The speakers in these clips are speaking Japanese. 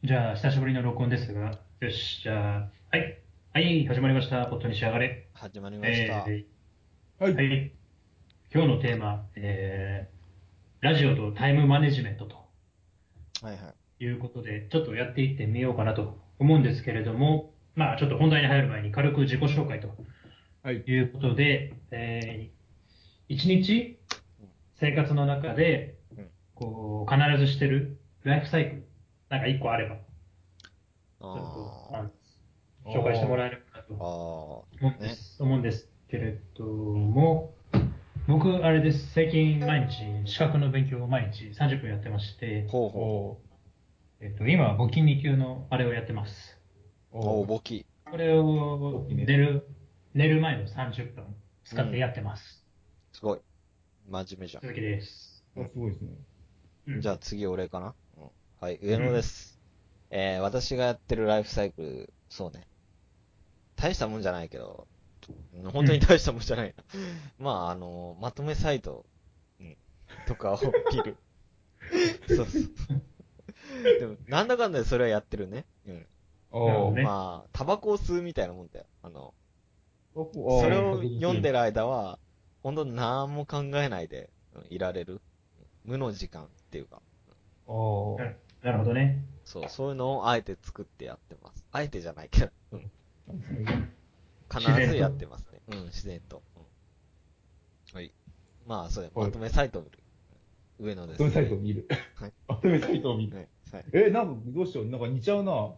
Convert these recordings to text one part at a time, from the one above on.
じゃあ、久しぶりの録音ですが、よし、じゃあ、はい、はい、始まりました。ポットに仕上がれ。 始まりました。 はい、 はい。 今日のテーマ、ラジオとタイムマネジメントとはいはい。 いうことで、ちょっとやっていってみようかなと思うんですけれども、まあ、ちょっと本題に入る前に軽く自己紹介とはい。 いうことで、一日うん生活の中で、 うん。 こう、必ずしてるライフサイクル、なんか一個あれば、ちょっと、 あ紹介してもあらえればなとあ、ああ、ね。 思うんですけれども、僕、あれです。最近毎日、資格の勉強を毎日30分やってまして、 ほうあ、 ほうほ今、簿記2級のあれをやってます。 う。おお、 おー、 簿記。 これを大きいね。 寝る前の30分使ってうん。 やってます。 すごい。真面目じゃ続きです。 ん。うあ、すごいですね。 ん。じうん。 ゃあ次俺かな。うん。はい、 う上野でん。 す。私がやってるライフサイクル、そうね。大したもんじゃないけど、本当にうん。 大したもんじゃないな。まあ、まとめサイト、うん、とかを見る。そうそう。でも、なんだかんだでそれはやってるね。うん。 ああ、 なるほどね。 まあ、タバコを吸うみたいなもんだよ。それああ、 を確認する。 読んでる間は、本当何も考えないでいられる。無の時間っていうか、 ああ、 なるほどね。 そう、そういうのをあえて作ってやってます。あえてじゃないけど、 なんですね。 必ずや自然と。 ってますね。自然と。はい。まあ、そうや、 はい。 まとめサイトを見る。上野まとめです。はい。 サイトを見る。 はい。 まとめサイトを見る。 はい。はい。 なんか、どうしよう。なんか似ちゃうな。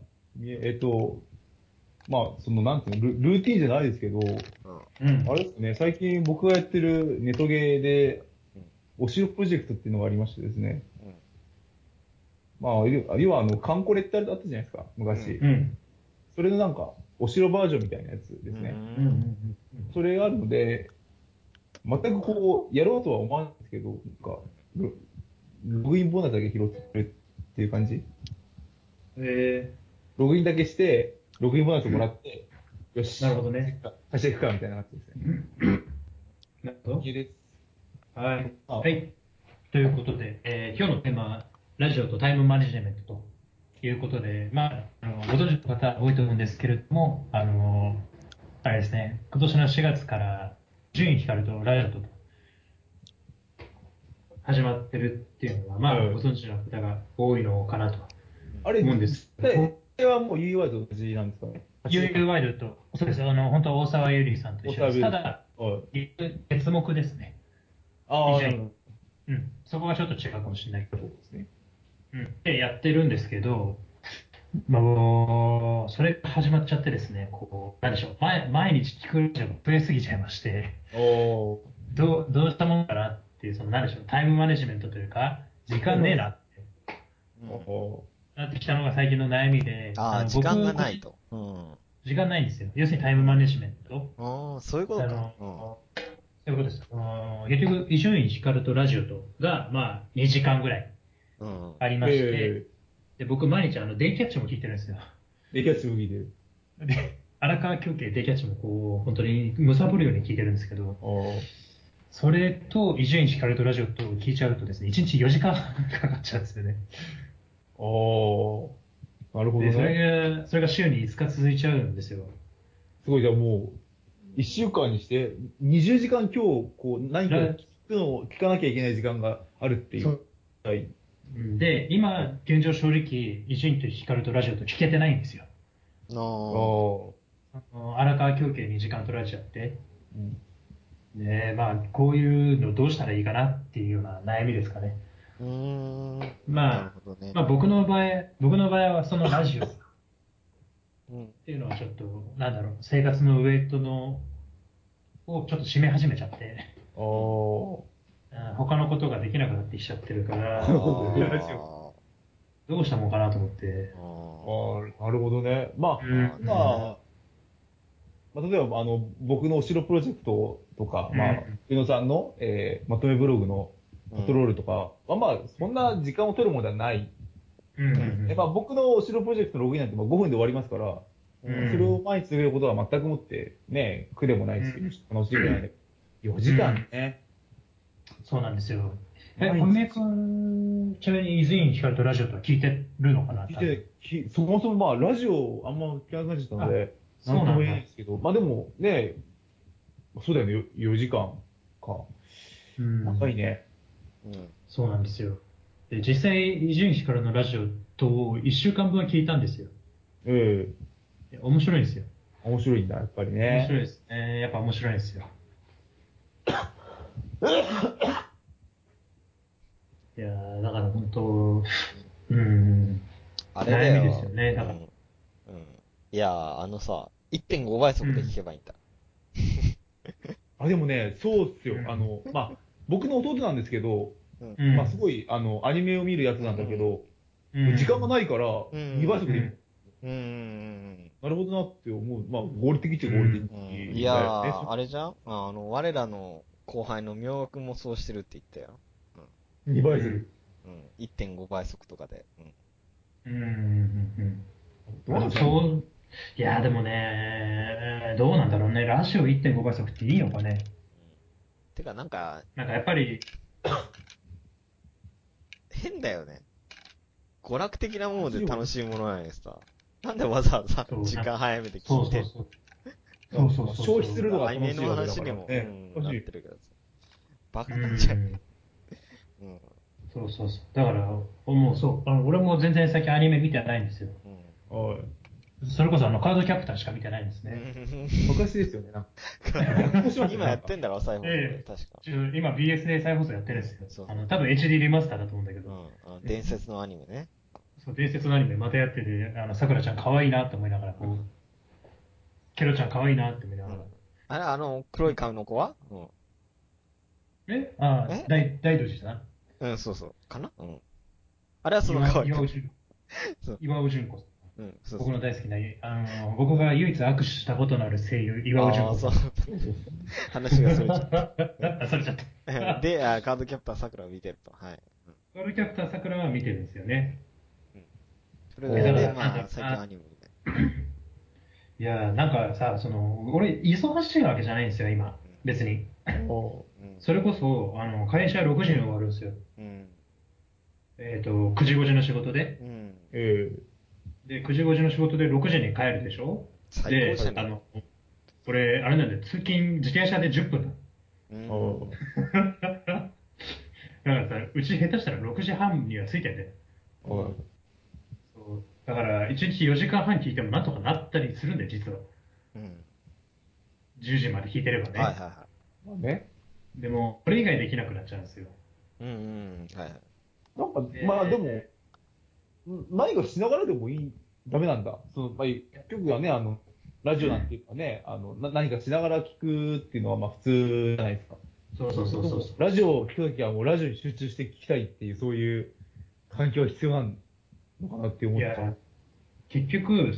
まあ、なんていうの、ルーティンじゃないですけど、 うん。 うん。 あれですね、最近僕がやってるネトゲーで、 うん。 お城プロジェクトっていうのがありましてですね。 うん。 まあ、要はカンコレってあったじゃないですか、 うん。 昔。 うん。 それのなんか、お城バージョンみたいなやつでうすね。 うん。うん。 ん。 それがあるので、全くこう、やろうとは思わないんですけど、なんか、ログインボーナスだけ拾ってくれっていう感じ。 えログインだけして、ログインボーナスもらって、よなるし、 ほどね。 会社行くか、みたいな感じですね。 なるほど。 家です。 はい。はあ、 い。ということで、今日のテーマは、ラジオとタイムマネジメントということで、まあ、ご存知の方多いと思うんですけれども、あれですね、今年の4月から、順位光とラジオと始まってるっていうのは、まあ、ごうん。 存知の方が多いのかなとあれ、 思うんですけども、 実際はもう UI と同じなんですかね。8 ユー時間。 ワイドと、そうです、本当は大沢ゆりさんと一緒です。 おサービス。 ただ、 はい。 月目ですね。 ああ、 伊集院。 なるほど。 うん、そこがちょっと違うかもしれないけど、 そうですね。 うん、で、やってるんですけど、まあ、もう、それが始まっちゃってですね、こう、なんでしょう、毎日聞くラジオが増えすぎちゃいまして、 おー。 どうしたもんかなっていう、なんでしょう、タイムマネジメントというか、時間ねえなってうん。 おなってきたのが最近の悩みで、 ああ、時間が僕、 ないと。うん。 時間ないんですよ。要するにタイムマネうん。 ジメント。 ああ、そういうことか。うん。 そういうことです。結局、伊集院光とラジオとが、まあ、2時間ぐらいうん。 ありまして、 ええで、僕、毎日、デイキャッチも聞いてるんですよ。 キャッチ麦で。 で、荒川京慶デイキャッチもこう、本当にむさぼるように聞いてるんですけど、 ああ、 それと伊集院光とラジオと聞いちゃうとですね、1日4時間かかっちゃうんですよね。 ああ、なるほで、 どね。 それが週に5日続いちゃうんですよ。 すごい、じゃあもう、1週間にして、20時間今日、こう、何かラ聞かなきゃいけない時間があるっていう。 そうはい。 で、今、現状正直、伊集院と光とラジオと聞けてないんですよ。 ああ。 ああ、 荒川京慶に時間取られちゃって。 うん。 で、まあ、こういうのどうしたらいいかなっていうような悩みですかね。 うーん。なるまあ、 ほどね。 まあ、僕の場合はそのラジオっうん。 ていうのはちょっと、なんだろう、生活のウェイトをちょっと占め始めちゃって、 ああ、 他のことができなくなってきちゃってるかあら、 ラジオ。 どうしたもんかなと思って。 あ。あああ、なるほどね。まうん、うあ、 あ。まあね。 ん、 例えば、僕のお城プロジェクトとか、 うまあ、 ん、 上野さんの、まとめブログのパトローうん。 ルとかは、まあ、そんな時間を取るものではないうん、ううん。 ですね。まあ、 ん、 僕のお城プロジェクトのログインなんてまあ5分で終わりますから、 ううん。 それをん、 毎日続けることは全くもってね、苦でもないですけど、 うん、 楽しいぐらいなんで。4時間うん、 ね。 そうなんですよ。 小宮君、ちなみに伊豆院光とラジオとは聞いてるのかな？ そもそもまあ、ラジオあんま聞かなくなっちゃったので、 そうなんだなんとも言えないですけど、まあでもね、そうだよね、4時間か。 うん。 長いね。 うん。 そうなんですよ。で、実際、伊集院光のラジオと1週間分は聞いたんですよ。 え面白いんですよ。 面白いんだ、やっぱりね。 面白いですね。やっぱ面白いんですよ。いやー、だから本当、 あれだ悩みですよよ。 ね。だから、 うん。うん。いやー、1.5倍速で聞けばいいんだ。 あ、でもね、そうっすよ。 うんまあ、僕の弟なんですけど、 うん。 まあ、 うん、 すごい、アニメを見るやつなんだけど、 うん、 時間がないからうん。 2倍速でいいの。 うん、 うん。 なるほどなって思う。まあ、合理的っちゃ合理うん、 うん。いや的だよね。 ー、あれじゃん我らの後輩の明学もそうしてるって言ったよ。 2倍速。 うん、 うん。1.5倍速とかで。うん。 うん、うん。まあでもどうなんですかね。 いやーでもね、どうなんだろうね。ラジオ1.5倍速っていいのかね。 てか、なんか、 なんかやっぱり、 変だよね。娯楽的なものでラジオ、 楽しいものなのにさ。なんでわざわざそう、 時間早めて聞いてんの？ そうそうそう。そうそうまあそうそう。 消費するのがアニメの楽しいわけだ話にも、うからね。 ん、 楽しい。 なってるけどさ。バうカなんじゃん。 ん。 うん。 そうそうそう。だから、もうそう、俺も全然最近アニメ見てないんですよ。 うん。 はい。 それこそカードキャプターしか見てないんですね。 昔ですよね。なんか逆行しますよね、 今やなんか。 ってんだろ、再放送で。 で、 確か。 今 BS で再放送やってうん。 るんですよ。 そうそう多分 HD リマスターだと思うんだけど、 そう。伝説のアニメね。 そう、伝説のアニメまたやってて、さくらちゃん可愛いなって思いながら、こう、ケロちゃん可愛いなって思いながら。 うん。あれ、黒い顔の子はうん。え大道寺さんうん、そうそう。かなうん。あれはその可愛く。 岩尾純子。 そう。 岩尾純子さん。 うん、そう僕そう。 の大好きな、僕が唯一握手したことのある声優、岩尾純ああ、そう。 子さん。 話がそれちゃった。 あ、それちゃった。 で、カードキャプターさくらを見てると。はい。 カードキャプターさくらは見てるんですよね。 うん。それおで、 だから、なんだまあ、最近ろうな。 アニメみたいいや、なんかさ、俺、忙しいわけじゃないんですよ、今。 な。 別に。 おうん。 それこそ、会社6時に終わるんですよ。 うん。 9時5時の仕事で。 うん。 えで、9時5時の仕事で6時に帰るでしょ？で、 最高じゃね俺、あれなんだよ、通勤、自転車で10分だ。 え。うあん。 だからさ、うち下手したら6時半には着いてんだよ。 うん。 そうだから、1日4時間半聞いてもなんとかなったりするんだよ、実は。 うん。 10時まで聞いてればね。 はいはいはまあね。 でも、これ以外できなくなっちゃうんですよ。 い。うんうん。はいはい。 なんか、まあでで、 も、何かしながらでもダメなんだ。まあ、結局はね、ラジオなんていうかね、何かしながら聞くっていうのはまあ普通じゃないですか。 そうそうそうでも、 そうそう。 ラジオを聞くときはもうラジオに集中して聞きたいっていう、そういう環境が必要なのかなって思った。 いや、結局、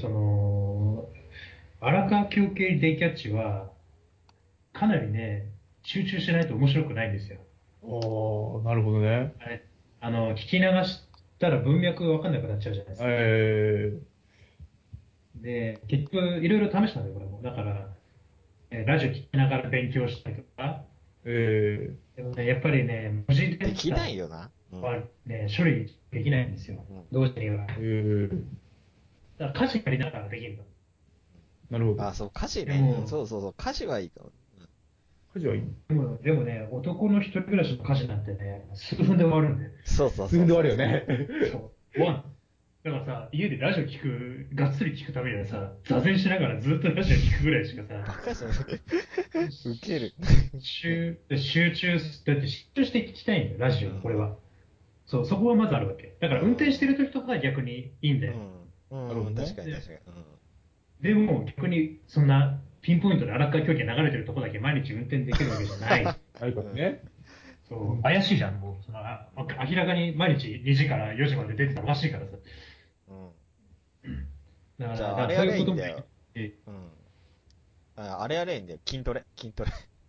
荒川休憩デイキャッチは、かなりね、集中しないと面白くないんですよ。 ああ、なるほどね。 あれ、聞き流したら文脈わかんなくなっちゃうじゃないですか。 えで、結局、いろいろ試したんだよ、これも。だから、ラジオ聞きながら勉強したりとか、 ー、えでもね、やっぱりね、文字デできータないよな。うん。 はね、処理できないんですよ。 うん。 どうしてには。だかー、 ら歌詞やりながらできるの。 なるほど。 あ、そう、歌詞ね。うん、 でも、 そうそうそう。歌詞はいいかも。 家事はいい。 でもね、男の一人暮らしの歌詞なんてね、数分で終わるんだよ。 そうそう数分で終そうそうそわるよね。 そう。ワン。だからさ、家でラジオ聞く、がっつり聞くためにはさ、座禅しながらずっとラジオ聞くぐらいしかう。 さ、 バカじゃん。ウケる。ね。 集中、だって集中して聞きたいんだよ、ラジオ、これうん。 は。そう、そこはまずあるわけ。だから運転してる時とかは逆にいいんだよ。 うん。うん。 なるほどね。 で、 確かに確かに。 でも逆にそんなピンポイントで荒川狂気が流れてるとこだけ毎日運転できるわけじゃない。 ないかうん。 らね。 そう、怪しいじゃん、もう。明らかに毎日2時から4時まで出てたらおかしいからさ。 うん。 だじゃあ、 からあれやそういうこともればいいんだよ。 できて、 うん。あれやればいいんだよ。筋トレ。筋トレ。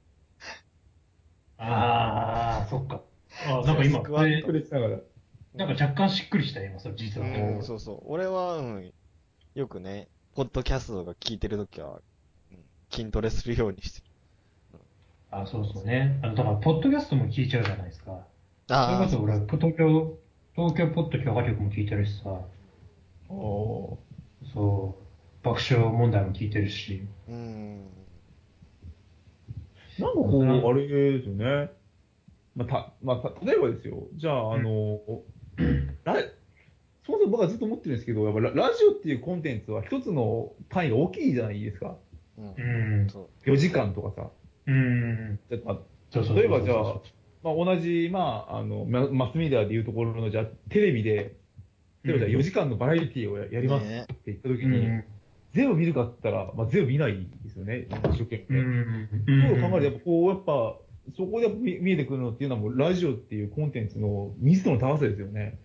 ああ、そっか。なんそう、スか今、 クワット。 筋トレしながら。 うん。 なんか若干しっくりしたよ、今、それ実は。 うん、そうそう。俺は、よくね、ポッドキャストとか聞いてるときは、筋トレするようにしてる。 あ、そうそうそそうね。だから、ポッドキャストも聞いちゃうじゃないですか。 ああ、 それこそ俺、東京ポッド許可局も聞いてるしさ、 おそう、爆笑問題も聞いてるし、 なんかこう、あれですよね。例えばですよ。じゃあ、ラそもそも僕はずっと思ってるんですけど、やっぱラジオっていうコンテンツは一つの単位が大きいじゃないですか。 うんうん、 そう。 4時間とかさ。 うん、 じゃあそうそうそうそう。 例えばじゃあ、同じ、マスメディアでいうところの、じゃあ、テレビで、例えばじゃあ4時間のバラエティをやりますねって言ったときに、 うん、 全部見るかって言ったら、全部見ないですよね、一生懸命。 うん、 そういうのを考えると、そこで見えてくるのっていうのはもう、ラジオっていうコンテンツの密度の高さですよね。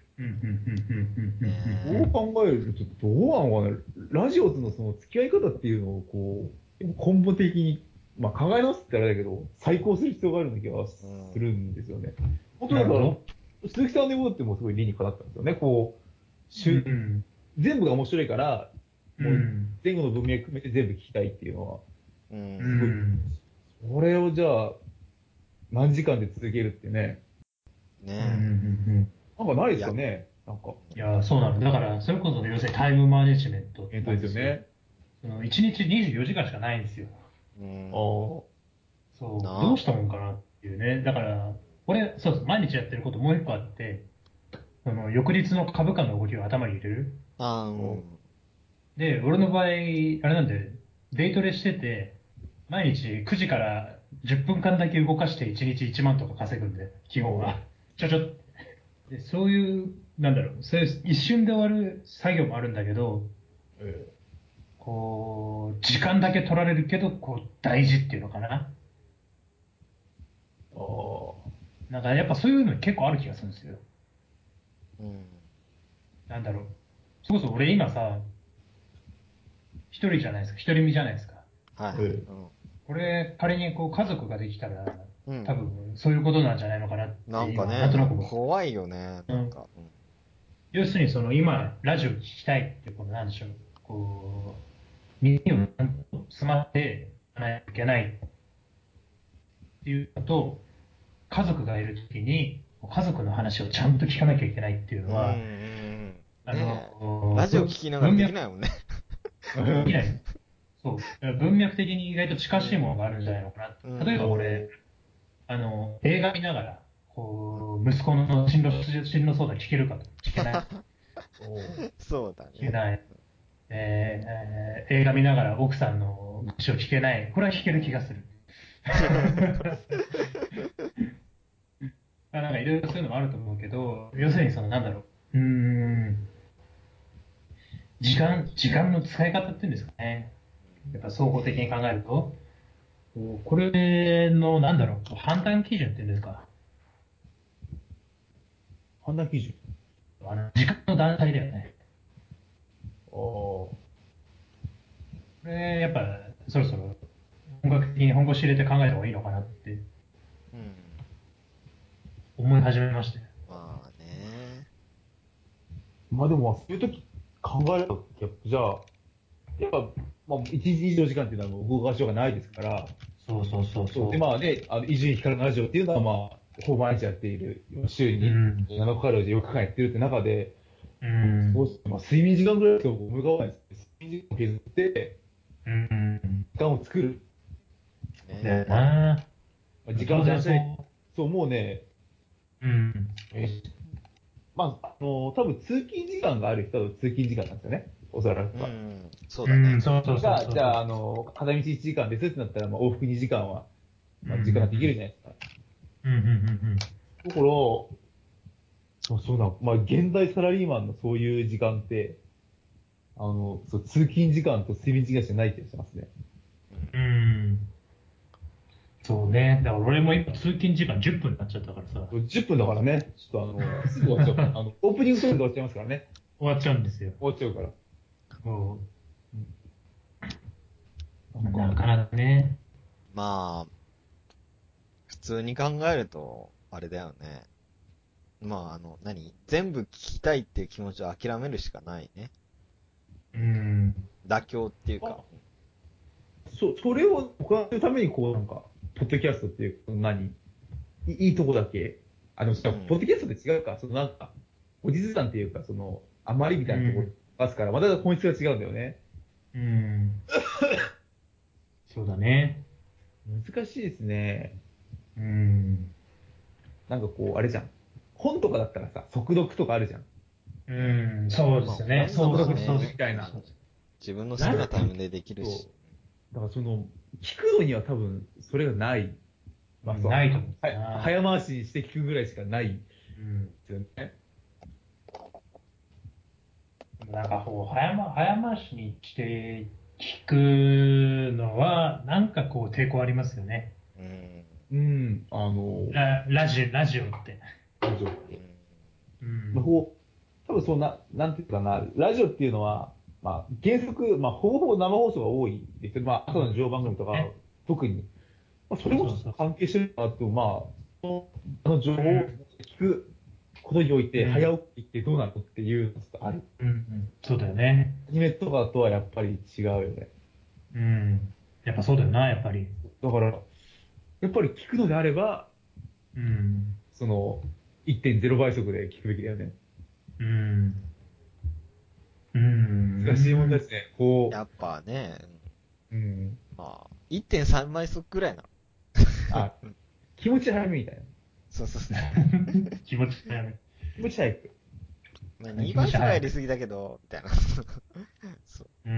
そう考えると、どうなのかな、ラジオとのその付き合い方っていうのを、根本的に、考え直すってあれだけど、再考する必要があるような気がするんですよね。本当だから、 なるほど。 鈴木さんの言うことってもうすごい理にかなったんですよね。 うん、 全部が面白いから、もううん、 前後の文脈含めて全部聞きたいっていうのは、 ううすごい。 ん。 それをじゃあ、何時間で続けるってね、 うんうんうんねうん。 なんかないですかね、なんか。 いや、そうなの。だから、それこそ、要するにタイムマネジメントなんですよ。 ですよね。 その1日24時間しかないんですよ。 ああ。 そう、どなうしたもんかなっていうね。だから、俺、そうそう、毎日やってることもう一個あって、その、翌日の株価の動きを頭に入れる。で、俺の場合、あれなんで、デイトレしてて、毎日9時から10分間だけ動かして1日1万とか稼ぐんで、基本は。ちょちょ。で、そういう、なんだろう、そういう一瞬で終わる作業もあるんだけど、 え時間だけ取られるけど、大事っていうのかな。 ああ。 なんかやっぱそういうの結構ある気がするんですよ。 うん。 なんだろう。それこそ俺今さ、一人じゃないですか。一人身じゃないですか。 はいはい。 えこれ、仮に家族ができたら、 うん。 多分そういうことなんじゃないのかなって今、なんなんかね、 となく思って。 怖いよね、 うん。 なんか。 要するにその今、ラジオ聞きたいっていう、なんでしょう。耳をちゃんと詰まっていかないといけないっていうのと、家族がいるときに、家族の話をちゃんと聞かなきゃいけないっていううん。うん。 のは、 ねえ。ラジオ聞きながら文脈できないもんね。 できない。そう。文脈的に意外と近しいものがあるんじゃないのかうな。例えばん。 俺、映画見ながら、息子の進路相談聞けるかと。聞けない。 そうだね。 聞けない。映画見ながら奥さんの愚痴を聞けない。これは聞ける気がする。なんかいろいろそういうのもあると思うけど、要するにそのなんだろう。時間の使い方っていうんですかね。やっぱ総合的に考えると、これのなんだろう、判断基準っていうんですか。 判断基準。 時間の段階だよね。 ああ。 これ、やっぱ、そろそろ本格的に本腰入れて考えた方がいいのかなってうん。 思い始めましたよ。 まあね。 でも、そういう時考えると、じゃあ、やっぱ、1日24時間っていうのはもう動かしようがないですから、 そうそうそうそう。 で、伊集院光のラジオっていうのは、ほぼ毎日やっている、週にうん。 7日から4日間やってるって中で、 うん。 睡眠時間ぐらいしか思い浮かばないです。睡眠時間を削って、 うん。 時間を作る。 だよまあ、 な。 時間当を断捨離。 然そそう、もうね、 う。うん。 え多分通勤時間がある人は通勤時間なんですよね。おそらくは。 うん。そううん、 だね。 そうそうそうそう。 じゃあ、片道1時間ですってなったら、往復2時間は、 うん。うん。 時間ができるじゃないですか。 うん。うん。うん。 だから、そうだ、現代サラリーマンのそういう時間って、通勤時間と睡眠時間じゃない気がしますね。 うん。そうね。だから俺も今通勤時間10分になっちゃったからさ。 10分だからね、ちょっとすぐ終わっちゃう。オープニングトークで終わっちゃいますからね。 終わっちゃうんですよ。 終わっちゃうから。 そなんか、 なかなかね。 まあ、普通に考えると、あれだよね。全部聞きたいっていう気持ちを諦めるしかないね。 うん。 妥協っていうか。 あそれを行うために、ポッドキャストっていう、いいとこだけ、 ポッドキャストって違うか、そのなんか、後日談っていうか、その、あまりみたいなところ出すから、また本質が違うんだよね。 うん。そうだね。 難しいですね。 うん。 なんかこう、あれじゃん。本とかだったらさ、速読とかあるじゃん。 うん、そうですよね。 本のがそうそうそう。 みね、 たいな。 自分の好きなタイムでできるし。 だからその、聞くのには多分、それがない。まあそう、 ないと思うな。 早回しにして聞くぐらいしかないんでうん。 すよね。 なんかこう、早回しにして聞くのは、なんかこう、抵抗ありますよね。 うん。 うん、 ラジオって。 ラジオ。 うん。 まあ、 うん。 こう、多分そんな、なんていうかな、ラジオっていうのは、まあ、原則、まあ、ほぼほぼ生放送が多いですけど、まあ、朝の情報番組とか、 ね。 特に、まあ、それもそうそう関係してるかなと、まあ、その情報をうん。 聞くことにおいて、 うん。 早起きってどうなのっていうのがある。 うん。うん。そうだよね。 アニメとかとはやっぱり違うよね。 うん。やっぱそうだよな、やっぱり。 だから、やっぱり聞くのであれば、 うん。 その、1.0倍速で聞くべきだよね。 うん。う難しい問題ん。 ですね。こやっぱね、 う、うん。 まあ、1.3倍速くらいなの。 あ、 うん。 気持ち早めみたいな。 そうそうそう。 気持ち早め。 気持ち早く。 まあ、2 気持倍ち早く。 速はやりすぎだけど、みたいな。そう。 うん。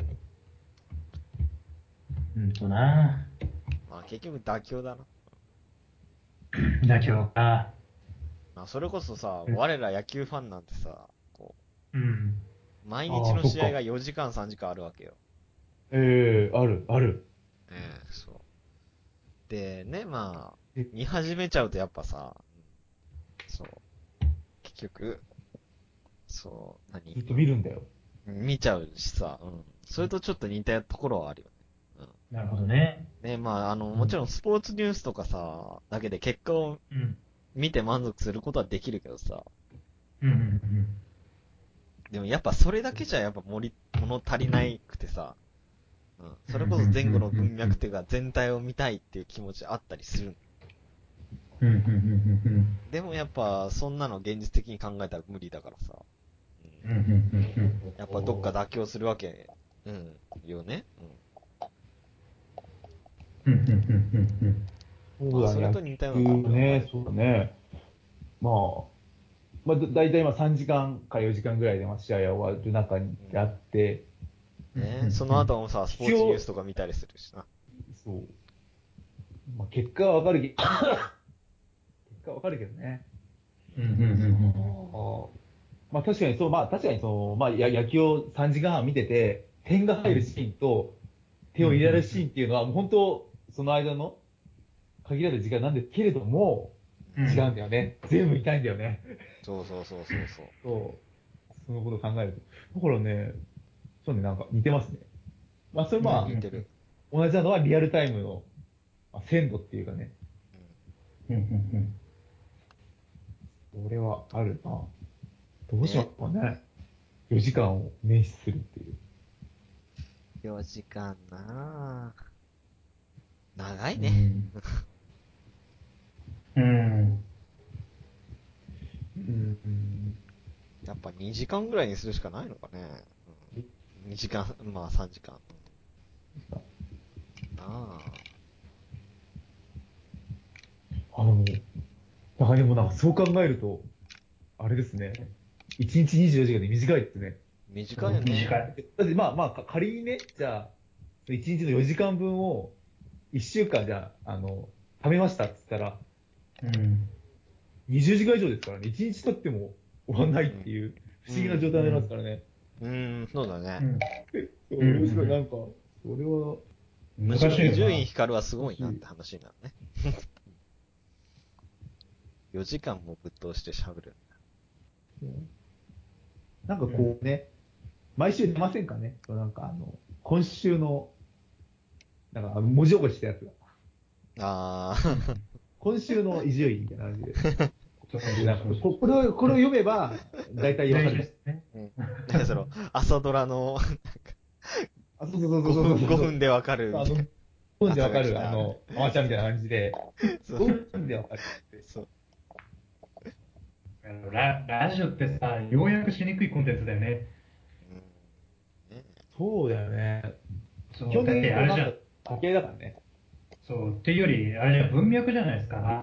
な。 まあ、結局妥協だな。 妥協か。 まあ、それこそさ、 うん。 我ら野球ファンなんてさ、こうん。 う、毎日ああ、 の試合がそっか。 4時間3時間あるわけよ。 ええある、ある。 そう。で、ね、まあ、 え、 見始めちゃうとやっぱさ、そう、結局、そう、 ずっと見るんだよ。 見ちゃうしさ、それとちょっと似たところはあるよね。 なるほどね。 ね、まあ、 うん。 もちろんスポーツニュースとかさ、だけで結果をうん。 見て満足することはできるけどさ、 うん。うん。 でもやっぱそれだけじゃやっぱ物足りなくてさ、 うん。うそれこそ前後の文ん。 脈っていうか全体を見たいっていう気持ちあったりする。 うん。うん。 でもやっぱそんなの現実的に考えたら無理だからさ、 うん。うん。うん。 やっぱどっか妥協するわけ、よね。 うん。うん。うん。 そうだね、 まあそれと似たようなところはある。 野球ね、そうだね。まあ、だいたい今3時間か4時間ぐらいでまあ試合が終わる中にうん。 あって、 ね、その後もさ、スポーツニュー必要、 スとか見たりするしな。 そう、まあ、結果はわかる結果はわかるけどね。 うん。うん。うん。 ああ、まあ確かにそう、まあ確かにその、まあ野球を3時間半見てて、点が入るシーンと点を入れられるシーンっていうのは、もう本当、その間の限られた時間なんですけれども、違うんだよね。全部見たいんだよね。 そうそうそうそうそそう。そのことを考えると。だからね、そうね、なんか似てますね。まあそれう。ね、 まあ、 似てる。 同じなのはリアルタイムの、まあ、鮮度っていうかね、 うん。うん。 これはあるな。どうしますね、 かね。4時間を捻出するっていう。 4時間なぁ。長いね。 うん。うん。 うん。 やっぱ2時間ぐらいにするしかないのかね。2時間、まあ3時間。ああ。 あの、だからでもなんかそう考えると、あれですね。1日24時間で短いですね。 短いよね。 短い。 だってまあまあ、仮にね、じゃあ、1日の4時間分を1週間じゃあ、貯めましたって言ったら、 うん。 20時間以上ですからね。1日経っても終わんないうん。 っていう不思議な状態になりますうん。 からね。 そうだね。 うん。 そうん。うう、しなんん。 か、それはむしろ難しいよな。 伊集院光はすごいなって難しい。 話になるね。4時間もぶっ通して喋る。 なんかうん。 こうね、毎週出ませんかね。なんか今週の、なんか文字起こししたやつが。 あうん。 あ。 今週の伊集院みたいな感じで。 そうで、なんかそうそう。 これを読めば、大体わかるし。 ね。 うん。何その、朝ドラのあ、そうそうそうそうそう 5分、5 そうそう。 分でわかるみたいな。 5分でわかる、 朝が来た。 アマちゃんみたいな感じで、 そう。 5分でわかるって。 そう。 ラジオってさ、要約しにくいコンテンツだよね。 うん。ね。 そうだよね。 そう、 基本的だっにこうなんかてあれじゃん。 家系だからね。 そう、っていうより、あれじゃん、文脈じゃないですか。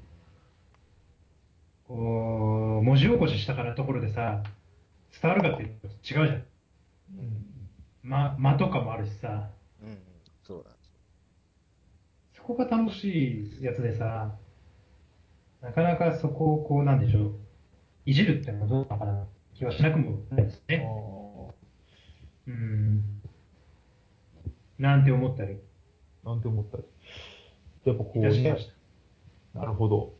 こう、文字起こししたからところでさ、伝わるかっていうと違うじゃん。 うん。 間とかもあるしさ、 うん。そうだ。 そこが楽しいやつでさ、なかなかそこをこう、なんでしょう、いじるってのはどうなのかな気はしなくもないですあね。うん、なんて思ったりあ、なんて思ったら。やっぱいこうね、 たしました。 なるほど。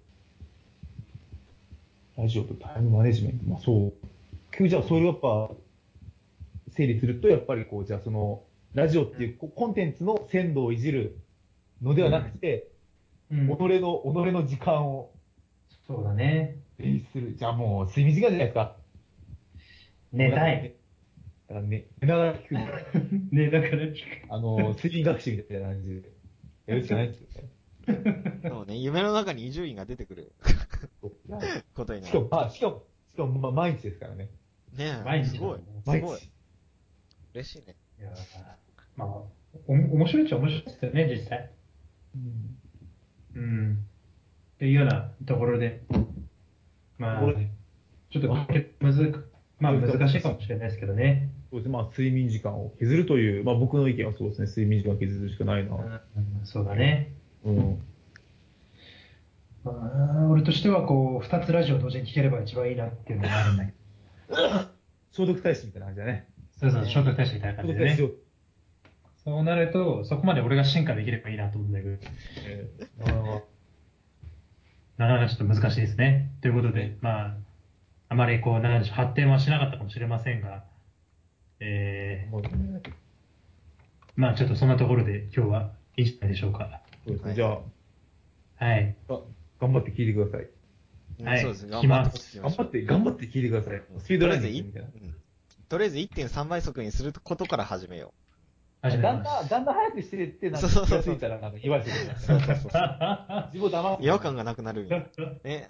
ラジオとタイムマネジメント。まあそう。結局じゃあそれをやっぱ整理すると、やっぱりこう、じゃあその、ラジオっていうコンテンツの鮮度をいじるのではなくて、 うん、 己の時間をそうだね。 演出する。じゃあもう睡眠時間じゃないですか。もうだからね、 寝たい。 だからね、寝ながら聞くんで、 ね、だから聞睡眠学習みたいな感じで、やるしかないんですよね。 そうね、夢の中に伊集院が出てくるそうことになる。 しかも、まあ、毎日ですからね。 ねく。 え、すごい。 毎日だもん。 すごい。 毎日。 嬉しいね。 いやまあ、面白いっちゃ面白いですよね、実際。 うん。 うん。っていうようなところで、まあ、 ところで、 ちょっとまあ、 まあ難しいか難しい。 もしれないですけどね。 そうですね。まあ、睡眠時間を削るという、まあ僕の意見はそうですね。睡眠時間を削るしかないな。 そうだね。 うん。 まあ、俺としては、こう、2つラジオ同時に聞ければ一番いいなっていうのがあるんだけど。 消毒体質みたいな感じだね。 そうそう、聖ね徳太子みたいな感じでね。 消毒体質を。 そうなると、そこまで俺が進化できればいいなと思うんだけど、 なかなかなかなかちょっと難しいですね。ということで、 ね。 まあ、あまりこう、なんでしょう、発展はしなかったかもしれませんが、 もうね、 まあちょっとそんなところで今日はいいんじゃないでしょうか。 そうですね。 はい。 じゃはい。 あ、頑張って聞いてください。 うん、 はい。 そうですね。 聞きます。 頑張って聞いてください。スピードランとりあえずニングみたいな。 とりあえず1.3倍速にすることから始めよ始めます。 だんだん早くしてって、 う。 なんか気そうそうそう。 がついたら、なんか2倍速になってそうね。 そうそうそう。 自分を騙す違和みたいな。 感がなくなるみたいな。ね、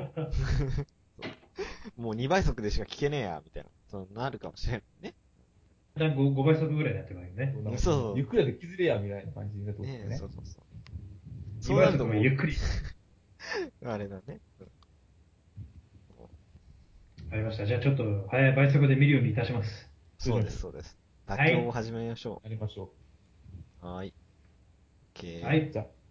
もう2倍速でしか聞けねえや、みたいな。そうなるかもしれないね。 5倍速ぐらいになってくるよね。 なんかゆっそうくりだと削れや、みたいな感じになってますねよね。 そうそうそう。そう 2倍なるとも速はゆっくり。 う、あれだね。 ありました。じゃあちょっと早い倍速で見るようにいたします。 そうです、 そうしましょそうです。妥はい。 協を始めましょう。やりましょう。はーい。 う。 OK。 はい。 じゃあ。